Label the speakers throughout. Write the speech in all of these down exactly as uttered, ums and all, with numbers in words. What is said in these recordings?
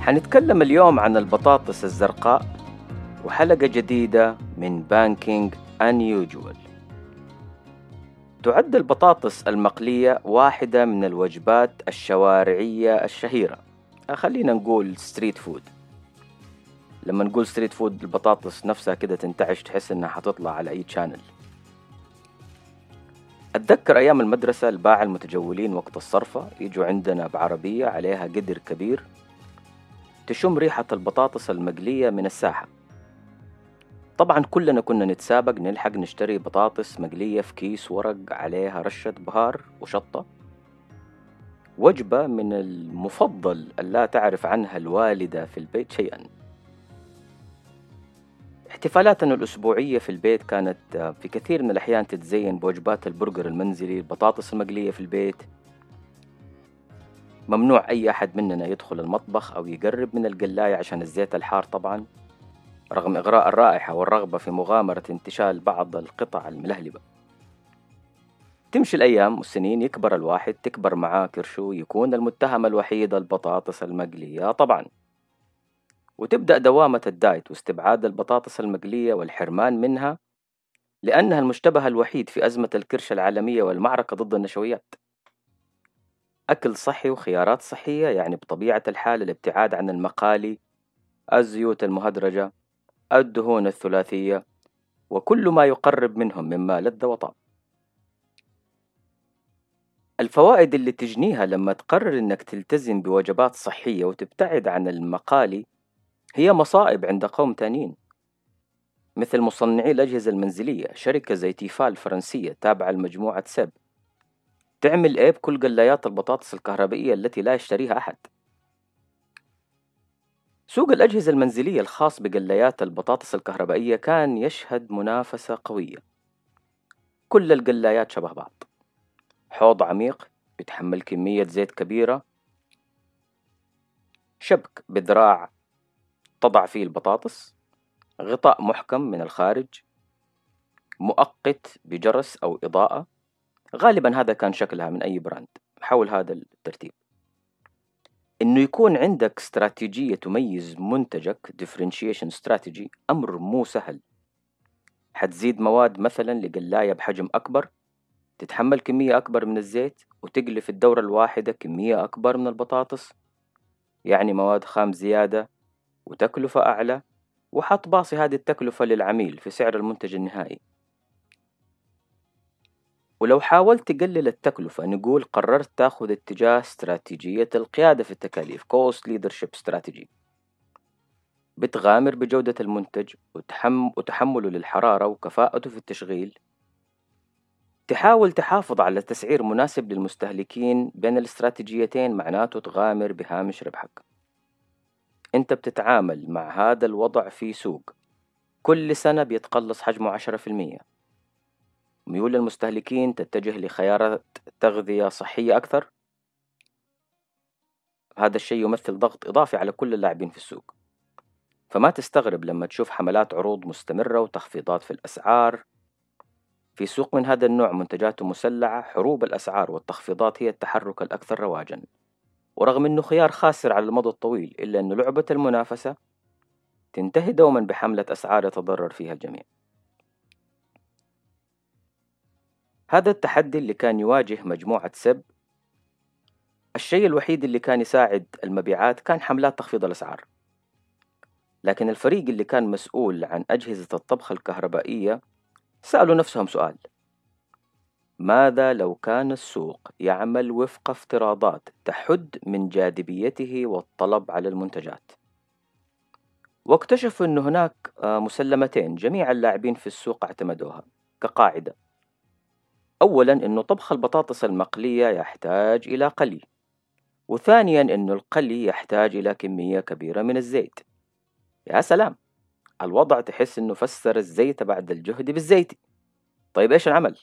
Speaker 1: حنتكلم اليوم عن البطاطس الزرقاء وحلقة جديدة من بانكينج Unusual. تعد البطاطس المقلية واحدة من الوجبات الشوارعية الشهيرة. خلينا نقول ستريت فود. لما نقول ستريت فود البطاطس نفسها كده تنتعش، تحس انها حتطلع على اي شانل. اتذكر ايام المدرسة الباعة المتجولين وقت الصرفة يجوا عندنا بعربية عليها قدر كبير تشم ريحة البطاطس المقلية من الساحة. طبعا كلنا كنا نتسابق نلحق نشتري بطاطس مقلية في كيس ورق عليها رشة بهار وشطة، وجبة من المفضل اللا تعرف عنها الوالدة في البيت شيئا. احتفالاتنا الأسبوعية في البيت كانت في كثير من الأحيان تتزين بوجبات البرجر المنزلي، البطاطس المقلية في البيت. ممنوع أي أحد مننا يدخل المطبخ أو يقرب من القلاية عشان الزيت الحار طبعا، رغم إغراء الرائحة والرغبة في مغامرة انتشال بعض القطع الملهلبة. تمشي الأيام والسنين، يكبر الواحد، تكبر معاه كرشه، يكون المتهم الوحيد البطاطس المقلية طبعا، وتبدأ دوامة الدايت واستبعاد البطاطس المقلية والحرمان منها، لأنها المشتبه الوحيد في أزمة الكرش العالمية والمعركة ضد النشويات. أكل صحي وخيارات صحية يعني بطبيعة الحال الابتعاد عن المقالي، الزيوت المهدرجة، الدهون الثلاثية، وكل ما يقرب منهم مما لذ وطاب. الفوائد اللي تجنيها لما تقرر انك تلتزم بوجبات صحية وتبتعد عن المقالي هي مصائب عند قوم تانيين، مثل مصنعي الأجهزة المنزلية. شركة زي تيفال فرنسية تابعة لمجموعة سيب تعمل ايه بكل قلايات البطاطس الكهربائية التي لا يشتريها أحد. سوق الأجهزة المنزلية الخاص بقلايات البطاطس الكهربائية كان يشهد منافسة قوية. كل القلايات شبه بعض، حوض عميق يتحمل كمية زيت كبيرة، شبك بذراع تضع فيه البطاطس، غطاء محكم من الخارج، مؤقت بجرس أو إضاءة. غالبا هذا كان شكلها من أي براند حول هذا الترتيب. إنه يكون عندك استراتيجية تميز منتجك differentiation strategy أمر مو سهل. حتزيد مواد مثلا لقلاية بحجم أكبر تتحمل كمية أكبر من الزيت وتقلي في الدورة الواحدة كمية أكبر من البطاطس، يعني مواد خام زيادة وتكلفة أعلى، وحتباصي هذه التكلفة للعميل في سعر المنتج النهائي. ولو حاولت تقلل التكلفة، نقول قررت تاخذ اتجاه استراتيجية القيادة في التكاليف Cost Leadership Strategy، بتغامر بجودة المنتج وتحم وتحمله للحرارة وكفاءته في التشغيل. تحاول تحافظ على تسعير مناسب للمستهلكين. بين الاستراتيجيتين معناته تغامر بهامش ربحك. انت بتتعامل مع هذا الوضع في سوق كل سنة بيتقلص حجمه عشرة في المية. ميول المستهلكين تتجه لخيارات تغذية صحية أكثر. هذا الشيء يمثل ضغط إضافي على كل اللاعبين في السوق. فما تستغرب لما تشوف حملات عروض مستمرة وتخفيضات في الأسعار. في سوق من هذا النوع منتجاته مسلعة، حروب الأسعار والتخفيضات هي التحرك الأكثر رواجا. ورغم أنه خيار خاسر على المدى الطويل، إلا أنه لعبة المنافسة تنتهي دوما بحملة أسعار يتضرر فيها الجميع. هذا التحدي اللي كان يواجه مجموعة سب. الشيء الوحيد اللي كان يساعد المبيعات كان حملات تخفيض الأسعار. لكن الفريق اللي كان مسؤول عن أجهزة الطبخ الكهربائية سألوا نفسهم سؤال: ماذا لو كان السوق يعمل وفق افتراضات تحد من جاذبيته والطلب على المنتجات؟ واكتشفوا أن هناك مسلمتين جميع اللاعبين في السوق اعتمدوها كقاعدة. أولا، أنه طبخ البطاطس المقلية يحتاج إلى قلي. وثانيا، أنه القلي يحتاج إلى كمية كبيرة من الزيت. يا سلام، الوضع تحس أنه فسر الزيت بعد الجهد بالزيت. طيب إيش العمل؟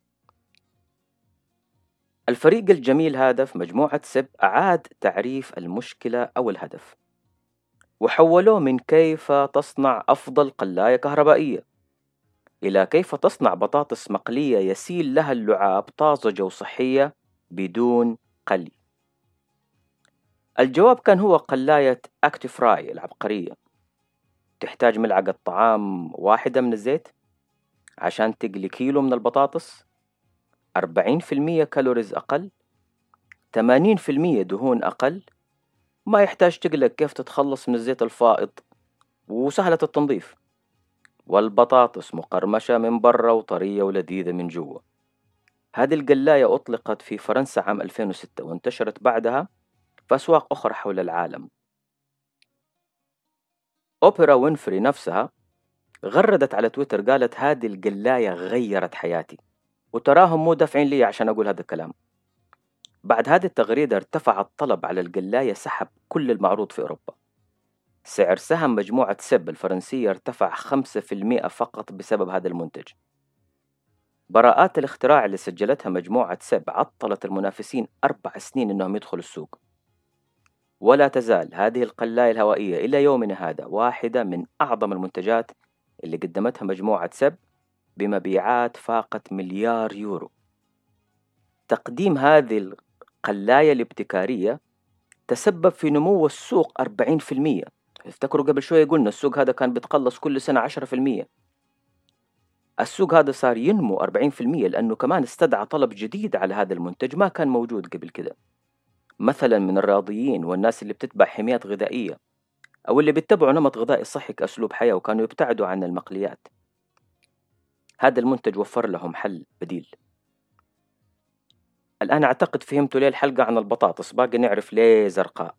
Speaker 1: الفريق الجميل هذا في مجموعة سب أعاد تعريف المشكلة أو الهدف، وحولوه من كيف تصنع أفضل قلاية كهربائية إلى كيف تصنع بطاطس مقلية يسيل لها اللعاب طازجة وصحية بدون قلي. الجواب كان هو قلاية أكتيفراي العبقرية. تحتاج ملعقة طعام واحدة من الزيت عشان تقلي كيلو من البطاطس، أربعين في المية كالوريز أقل، ثمانين في المية دهون أقل، ما يحتاج تقلق كيف تتخلص من الزيت الفائض، وسهلة التنظيف، والبطاطس مقرمشة من برا وطرية ولذيذة من جوا. هذه القلاية أطلقت في فرنسا عام ألفين وستة وانتشرت بعدها في أسواق أخرى حول العالم. أوبرا وينفري نفسها غردت على تويتر قالت هذه القلاية غيرت حياتي، وتراهم مو دافعين لي عشان أقول هذا الكلام. بعد هذه التغريدة ارتفع الطلب على القلاية سحب كل المعروض في أوروبا. سعر سهم مجموعة سب الفرنسية ارتفع خمسة في المئة فقط بسبب هذا المنتج. براءات الاختراع اللي سجلتها مجموعة سب عطلت المنافسين أربع سنين أنهم يدخلوا السوق، ولا تزال هذه القلاية الهوائية إلى يومنا هذا واحدة من أعظم المنتجات اللي قدمتها مجموعة سب بمبيعات فاقت مليار يورو. تقديم هذه القلاية الابتكارية تسبب في نمو السوق أربعين في المئة. افتكروا قبل شوية قلنا السوق هذا كان بيتقلص كل سنة عشرة في المئة. السوق هذا صار ينمو أربعين في المئة لأنه كمان استدعى طلب جديد على هذا المنتج ما كان موجود قبل كده، مثلا من الرياضيين والناس اللي بتتبع حميات غذائية أو اللي بيتبعوا نمط غذائي صحي كأسلوب حياة وكانوا يبتعدوا عن المقليات. هذا المنتج وفر لهم حل بديل. الآن أعتقد فهمتوا ليه الحلقة عن البطاطس، باقي نعرف ليه زرقاء.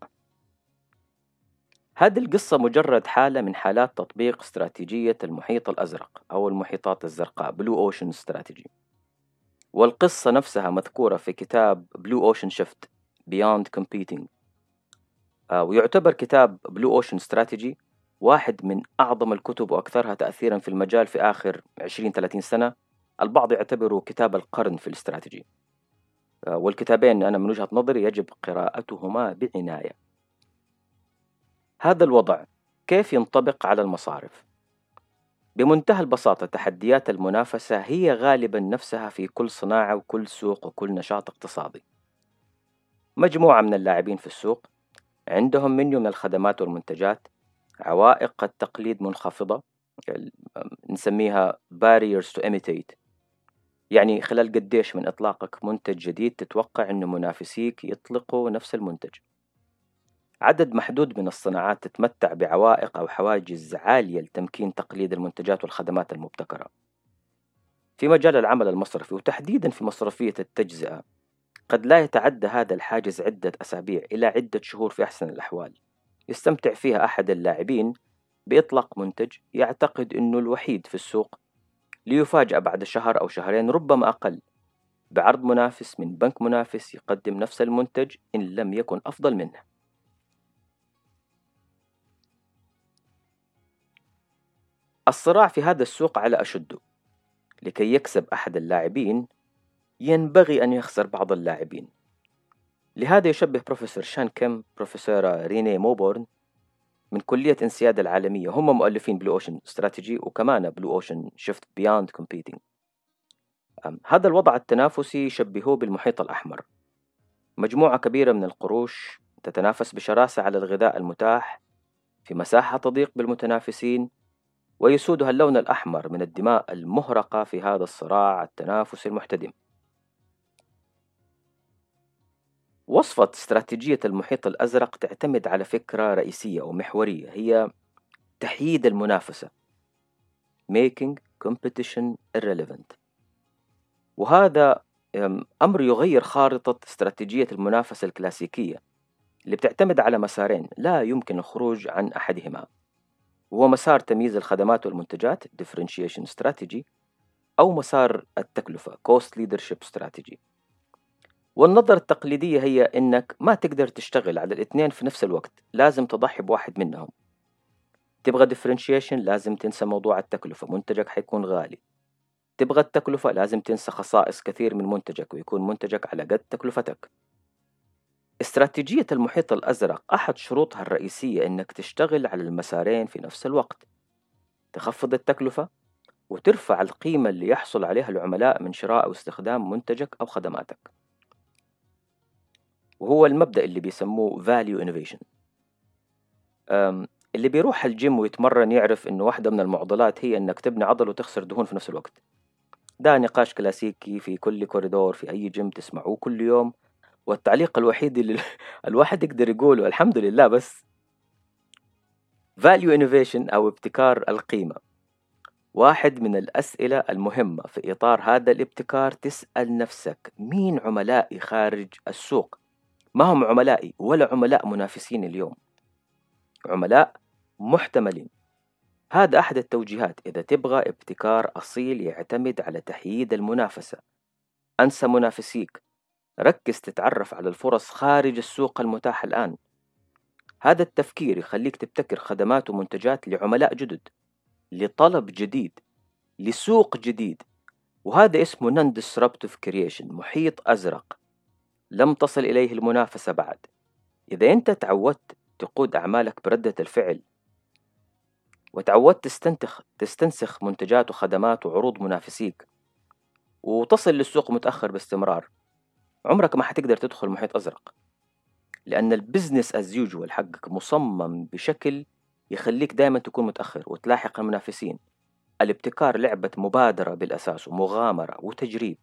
Speaker 1: هذه القصة مجرد حالة من حالات تطبيق استراتيجية المحيط الأزرق أو المحيطات الزرقاء Blue Ocean Strategy، والقصة نفسها مذكورة في كتاب Blue Ocean Shift Beyond Competing. آه، ويعتبر كتاب Blue Ocean Strategy واحد من أعظم الكتب وأكثرها تأثيرا في المجال في آخر عشرين ثلاثين سنة. البعض يعتبره كتاب القرن في الاستراتيجي، آه، والكتابين أنا من وجهة نظري يجب قراءتهما بعناية. هذا الوضع كيف ينطبق على المصارف؟ بمنتهى البساطة تحديات المنافسة هي غالبا نفسها في كل صناعة وكل سوق وكل نشاط اقتصادي. مجموعة من اللاعبين في السوق عندهم منيو من الخدمات والمنتجات، عوائق التقليد منخفضة نسميها barriers to imitate، يعني خلال قديش من إطلاقك منتج جديد تتوقع أن منافسيك يطلقوا نفس المنتج. عدد محدود من الصناعات تتمتع بعوائق أو حواجز عالية لتمكين تقليد المنتجات والخدمات المبتكرة. في مجال العمل المصرفي وتحديدا في مصرفية التجزئة قد لا يتعدى هذا الحاجز عدة أسابيع إلى عدة شهور في أحسن الأحوال، يستمتع فيها أحد اللاعبين بإطلاق منتج يعتقد أنه الوحيد في السوق، ليفاجأ بعد شهر أو شهرين ربما أقل بعرض منافس من بنك منافس يقدم نفس المنتج إن لم يكن أفضل منه. الصراع في هذا السوق على أشده. لكي يكسب أحد اللاعبين ينبغي أن يخسر بعض اللاعبين. لهذا يشبه بروفيسور شان كيم بروفيسورة ريني موبورن من كلية انسياد العالمية، هم مؤلفين بلو أوشن استراتيجي وكمان بلو أوشن شيفت بياند كومبيتينج. هذا الوضع التنافسي يشبهوه بالمحيط الأحمر، مجموعة كبيرة من القروش تتنافس بشراسة على الغذاء المتاح في مساحة تضيق بالمتنافسين، ويسودها اللون الأحمر من الدماء المهرقة في هذا الصراع التنافسي المحتدم. وصفة استراتيجية المحيط الأزرق تعتمد على فكرة رئيسية ومحورية هي تحييد المنافسة making competition irrelevant، وهذا أمر يغير خارطة استراتيجية المنافسة الكلاسيكية اللي بتعتمد على مسارين لا يمكن الخروج عن أحدهما، وهو مسار تمييز الخدمات والمنتجات differentiation strategy أو مسار التكلفة cost leadership strategy. والنظرة التقليدية هي إنك ما تقدر تشتغل على الاثنين في نفس الوقت، لازم تضحي بواحد منهم. تبغى differentiation لازم تنسى موضوع التكلفة، منتجك حيكون غالي. تبغى التكلفة لازم تنسى خصائص كثير من منتجك ويكون منتجك على قد تكلفتك. استراتيجية المحيط الأزرق أحد شروطها الرئيسية إنك تشتغل على المسارين في نفس الوقت، تخفض التكلفة وترفع القيمة اللي يحصل عليها العملاء من شراء أو استخدام منتجك أو خدماتك. وهو المبدأ اللي بيسموه value innovation. أم، اللي بيروح الجيم ويتمرن يعرف إنه واحدة من المعضلات هي إنك تبني عضل وتخسر دهون في نفس الوقت. ده نقاش كلاسيكي في كل كوريدور في أي جيم تسمعوه كل يوم، والتعليق الوحيد اللي الواحد يقدر يقوله الحمد لله بس. value innovation أو ابتكار القيمة، واحد من الأسئلة المهمة في إطار هذا الابتكار تسأل نفسك مين عملائي خارج السوق؟ ما هم عملائي ولا عملاء منافسين اليوم، عملاء محتملين. هذا أحد التوجيهات إذا تبغى ابتكار أصيل يعتمد على تحييد المنافسة. أنسى منافسيك، ركز تتعرف على الفرص خارج السوق المتاحة الآن. هذا التفكير يخليك تبتكر خدمات ومنتجات لعملاء جدد، لطلب جديد، لسوق جديد، وهذا اسمه non-disruptive creation، محيط أزرق لم تصل إليه المنافسة بعد. إذا أنت تعودت تقود أعمالك بردة الفعل، وتعودت تستنتخ تستنسخ منتجات وخدمات وعروض منافسيك، وتصل للسوق متأخر باستمرار، عمرك ما حتقدر تدخل محيط أزرق، لأن البزنس as usual حقك مصمم بشكل يخليك دائما تكون متأخر وتلاحق المنافسين. الابتكار لعبة مبادرة بالأساس ومغامرة وتجريب.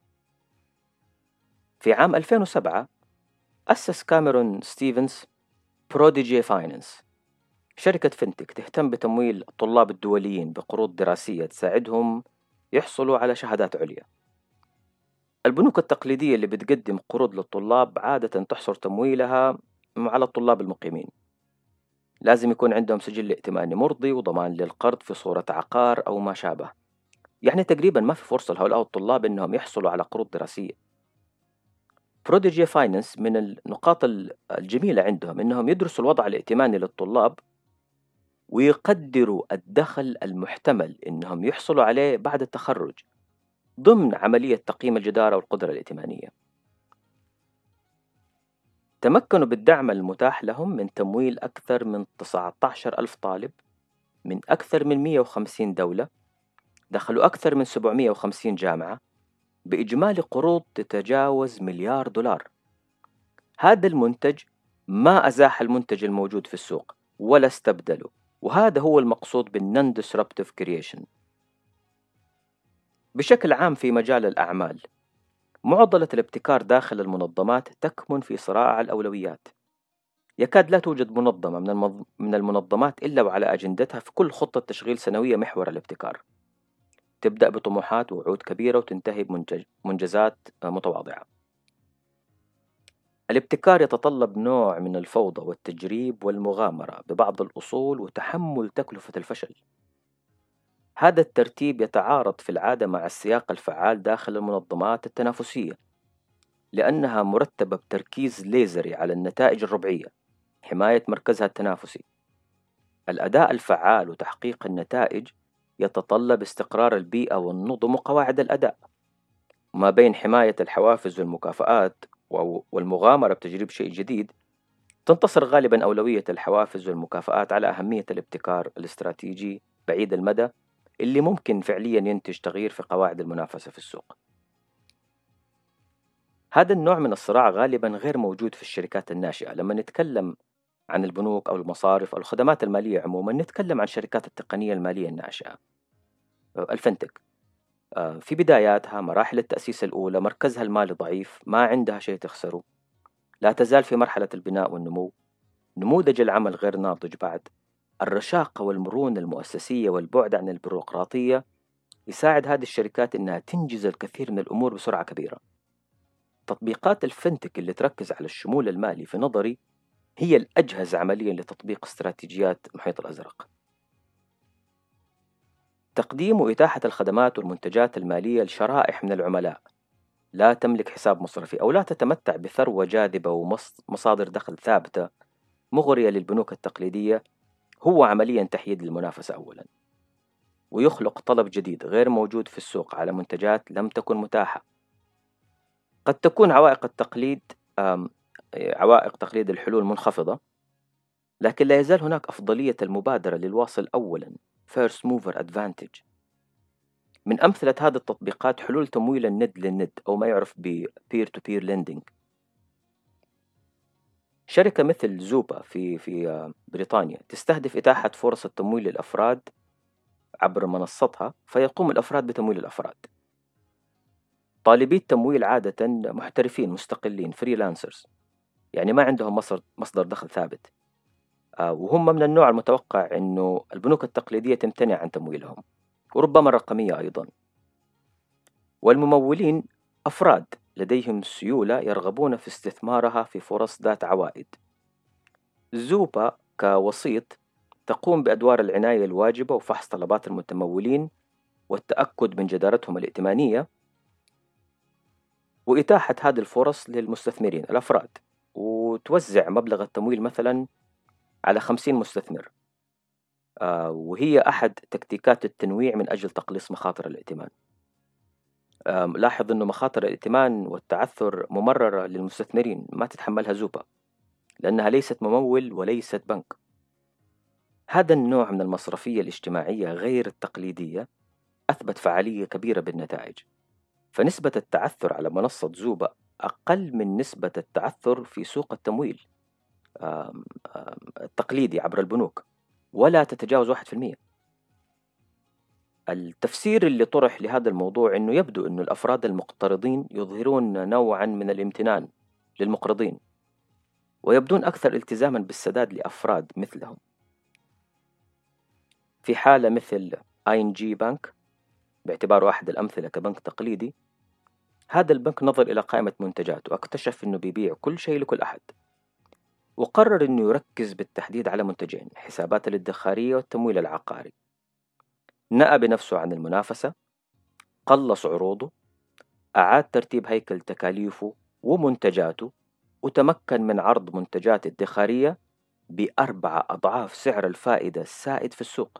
Speaker 1: في عام ألفين وسبعة أسس كاميرون ستيفنز بروديجي فاينانس، شركة فينتك تهتم بتمويل الطلاب الدوليين بقروض دراسية تساعدهم يحصلوا على شهادات عليا. البنوك التقليدية اللي بتقدم قروض للطلاب عادة تحصر تمويلها على الطلاب المقيمين، لازم يكون عندهم سجل ائتماني مرضي وضمان للقرض في صورة عقار أو ما شابه. يعني تقريبا ما في فرصة لهؤلاء الطلاب إنهم يحصلوا على قروض دراسية. بروديجي فاينانس من النقاط الجميلة عندهم إنهم يدرسوا الوضع الائتماني للطلاب ويقدروا الدخل المحتمل إنهم يحصلوا عليه بعد التخرج ضمن عملية تقييم الجدارة والقدرة الائتمانية. تمكنوا بالدعم المتاح لهم من تمويل أكثر من تسعة عشر ألف طالب من أكثر من مئة وخمسين دولة، دخلوا أكثر من سبعمئة وخمسين جامعة بإجمالي قروض تتجاوز مليار دولار. هذا المنتج ما أزاح المنتج الموجود في السوق ولا استبدله، وهذا هو المقصود بالنون disruptive creation. بشكل عام في مجال الأعمال، معضلة الابتكار داخل المنظمات تكمن في صراع الأولويات. يكاد لا توجد منظمة من المض- من المنظمات إلا وعلى أجندتها في كل خطة تشغيل سنوية محور الابتكار. تبدأ بطموحات ووعود كبيرة وتنتهي بمنجزات متواضعة. الابتكار يتطلب نوع من الفوضى والتجريب والمغامرة ببعض الأصول وتحمل تكلفة الفشل. هذا الترتيب يتعارض في العادة مع السياق الفعال داخل المنظمات التنافسية، لأنها مرتبة بتركيز ليزري على النتائج الربعية، حماية مركزها التنافسي. الأداء الفعال وتحقيق النتائج يتطلب استقرار البيئة والنظم وقواعد الأداء، ما بين حماية الحوافز والمكافآت والمغامرة بتجريب شيء جديد. تنتصر غالبا أولوية الحوافز والمكافآت على أهمية الابتكار الاستراتيجي بعيد المدى اللي ممكن فعليا ينتج تغيير في قواعد المنافسة في السوق. هذا النوع من الصراع غالبا غير موجود في الشركات الناشئة. لما نتكلم عن البنوك أو المصارف أو الخدمات المالية عموما نتكلم عن شركات التقنية المالية الناشئة، الفنتك. في بداياتها مراحل التأسيس الأولى مركزها المالي ضعيف، ما عندها شيء تخسره، لا تزال في مرحلة البناء والنمو، نموذج العمل غير ناضج بعد. الرشاقة والمرونة المؤسسية والبعد عن البيروقراطية يساعد هذه الشركات إنها تنجز الكثير من الأمور بسرعة كبيرة. تطبيقات الفنتك اللي تركز على الشمول المالي في نظري هي الأجهز عمليا لتطبيق استراتيجيات المحيط الأزرق. تقديم وإتاحة الخدمات والمنتجات المالية لشرائح من العملاء لا تملك حساب مصرفي أو لا تتمتع بثروة جاذبة ومصادر دخل ثابتة مغرية للبنوك التقليدية هو عمليا تحييد المنافسة أولا، ويخلق طلب جديد غير موجود في السوق على منتجات لم تكن متاحة. قد تكون عوائق التقليد آم، عوائق تقليد الحلول منخفضة، لكن لا يزال هناك أفضلية المبادرة للواصل أولا First Mover Advantage. من أمثلة هذه التطبيقات حلول تمويل الند للند أو ما يعرف ب Peer to Peer Lending. شركة مثل زوبا في في آه، بريطانيا تستهدف إتاحة فرص التمويل للأفراد عبر منصتها، فيقوم الأفراد بتمويل الأفراد. طالبي التمويل عادة محترفين مستقلين فريلانسرز، يعني ما عندهم مصدر مصدر دخل ثابت، آه، وهم من النوع المتوقع أنه البنوك التقليدية تمتنع عن تمويلهم، وربما الرقمية أيضا. والممولين أفراد لديهم سيولة يرغبون في استثمارها في فرص ذات عوائد. زوبا كوسيط تقوم بأدوار العناية الواجبة وفحص طلبات المتمولين والتأكد من جدارتهم الائتمانية، وإتاحة هذه الفرص للمستثمرين الأفراد، وتوزع مبلغ التمويل مثلا على خمسين مستثمر. آه، وهي أحد تكتيكات التنويع من أجل تقليص مخاطر الائتمان. آه، لاحظ أنه مخاطر الائتمان والتعثر ممررة للمستثمرين، ما تتحملها زوبا لأنها ليست ممول وليست بنك. هذا النوع من المصرفية الاجتماعية غير التقليدية أثبت فعالية كبيرة بالنتائج، فنسبة التعثر على منصة زوبا أقل من نسبة التعثر في سوق التمويل آم، آم، التقليدي عبر البنوك، ولا تتجاوز واحد في المية. التفسير اللي طرح لهذا الموضوع أنه يبدو أن الأفراد المقترضين يظهرون نوعا من الامتنان للمقرضين، ويبدون أكثر التزاما بالسداد لأفراد مثلهم. في حالة مثل آي إن جي بنك باعتباره أحد الأمثلة كبنك تقليدي، هذا البنك نظر إلى قائمة منتجات واكتشف أنه بيبيع كل شيء لكل أحد، وقرر أنه يركز بالتحديد على منتجين: حسابات الادخارية والتمويل العقاري. نأى بنفسه عن المنافسة، قلص عروضه، أعاد ترتيب هيكل تكاليفه ومنتجاته، وتمكن من عرض منتجات ادخارية بأربعة أضعاف سعر الفائدة السائد في السوق.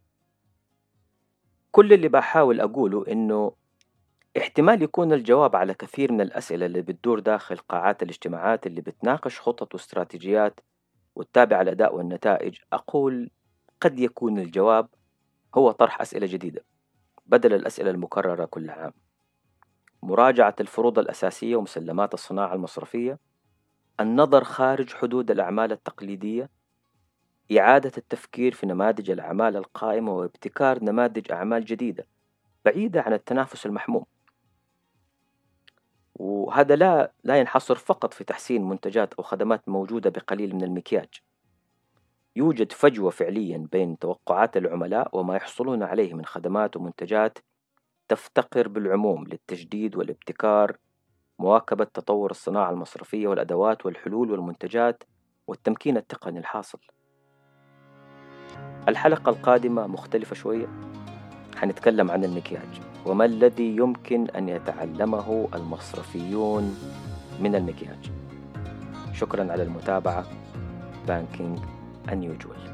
Speaker 1: كل اللي بحاول أقوله إنه احتمال يكون الجواب على كثير من الأسئلة اللي بتدور داخل قاعات الاجتماعات اللي بتناقش خطط واستراتيجيات وتتابع الأداء والنتائج، أقول قد يكون الجواب هو طرح أسئلة جديدة بدل الأسئلة المكررة كل عام، مراجعة الفروض الأساسية ومسلمات الصناعة المصرفية، النظر خارج حدود الأعمال التقليدية، إعادة التفكير في نماذج الأعمال القائمة وابتكار نماذج أعمال جديدة بعيدة عن التنافس المحموم. وهذا لا لا ينحصر فقط في تحسين منتجات أو خدمات موجودة بقليل من المكياج. يوجد فجوة فعليا بين توقعات العملاء وما يحصلون عليه من خدمات ومنتجات تفتقر بالعموم للتجديد والابتكار، مواكبة تطور الصناعة المصرفية والأدوات والحلول والمنتجات والتمكين التقني الحاصل. الحلقة القادمة مختلفة شوية، حنتكلم عن المكياج وما الذي يمكن أن يتعلمه المصرفيون من المكياج. شكرا على المتابعة. Banking Unusual.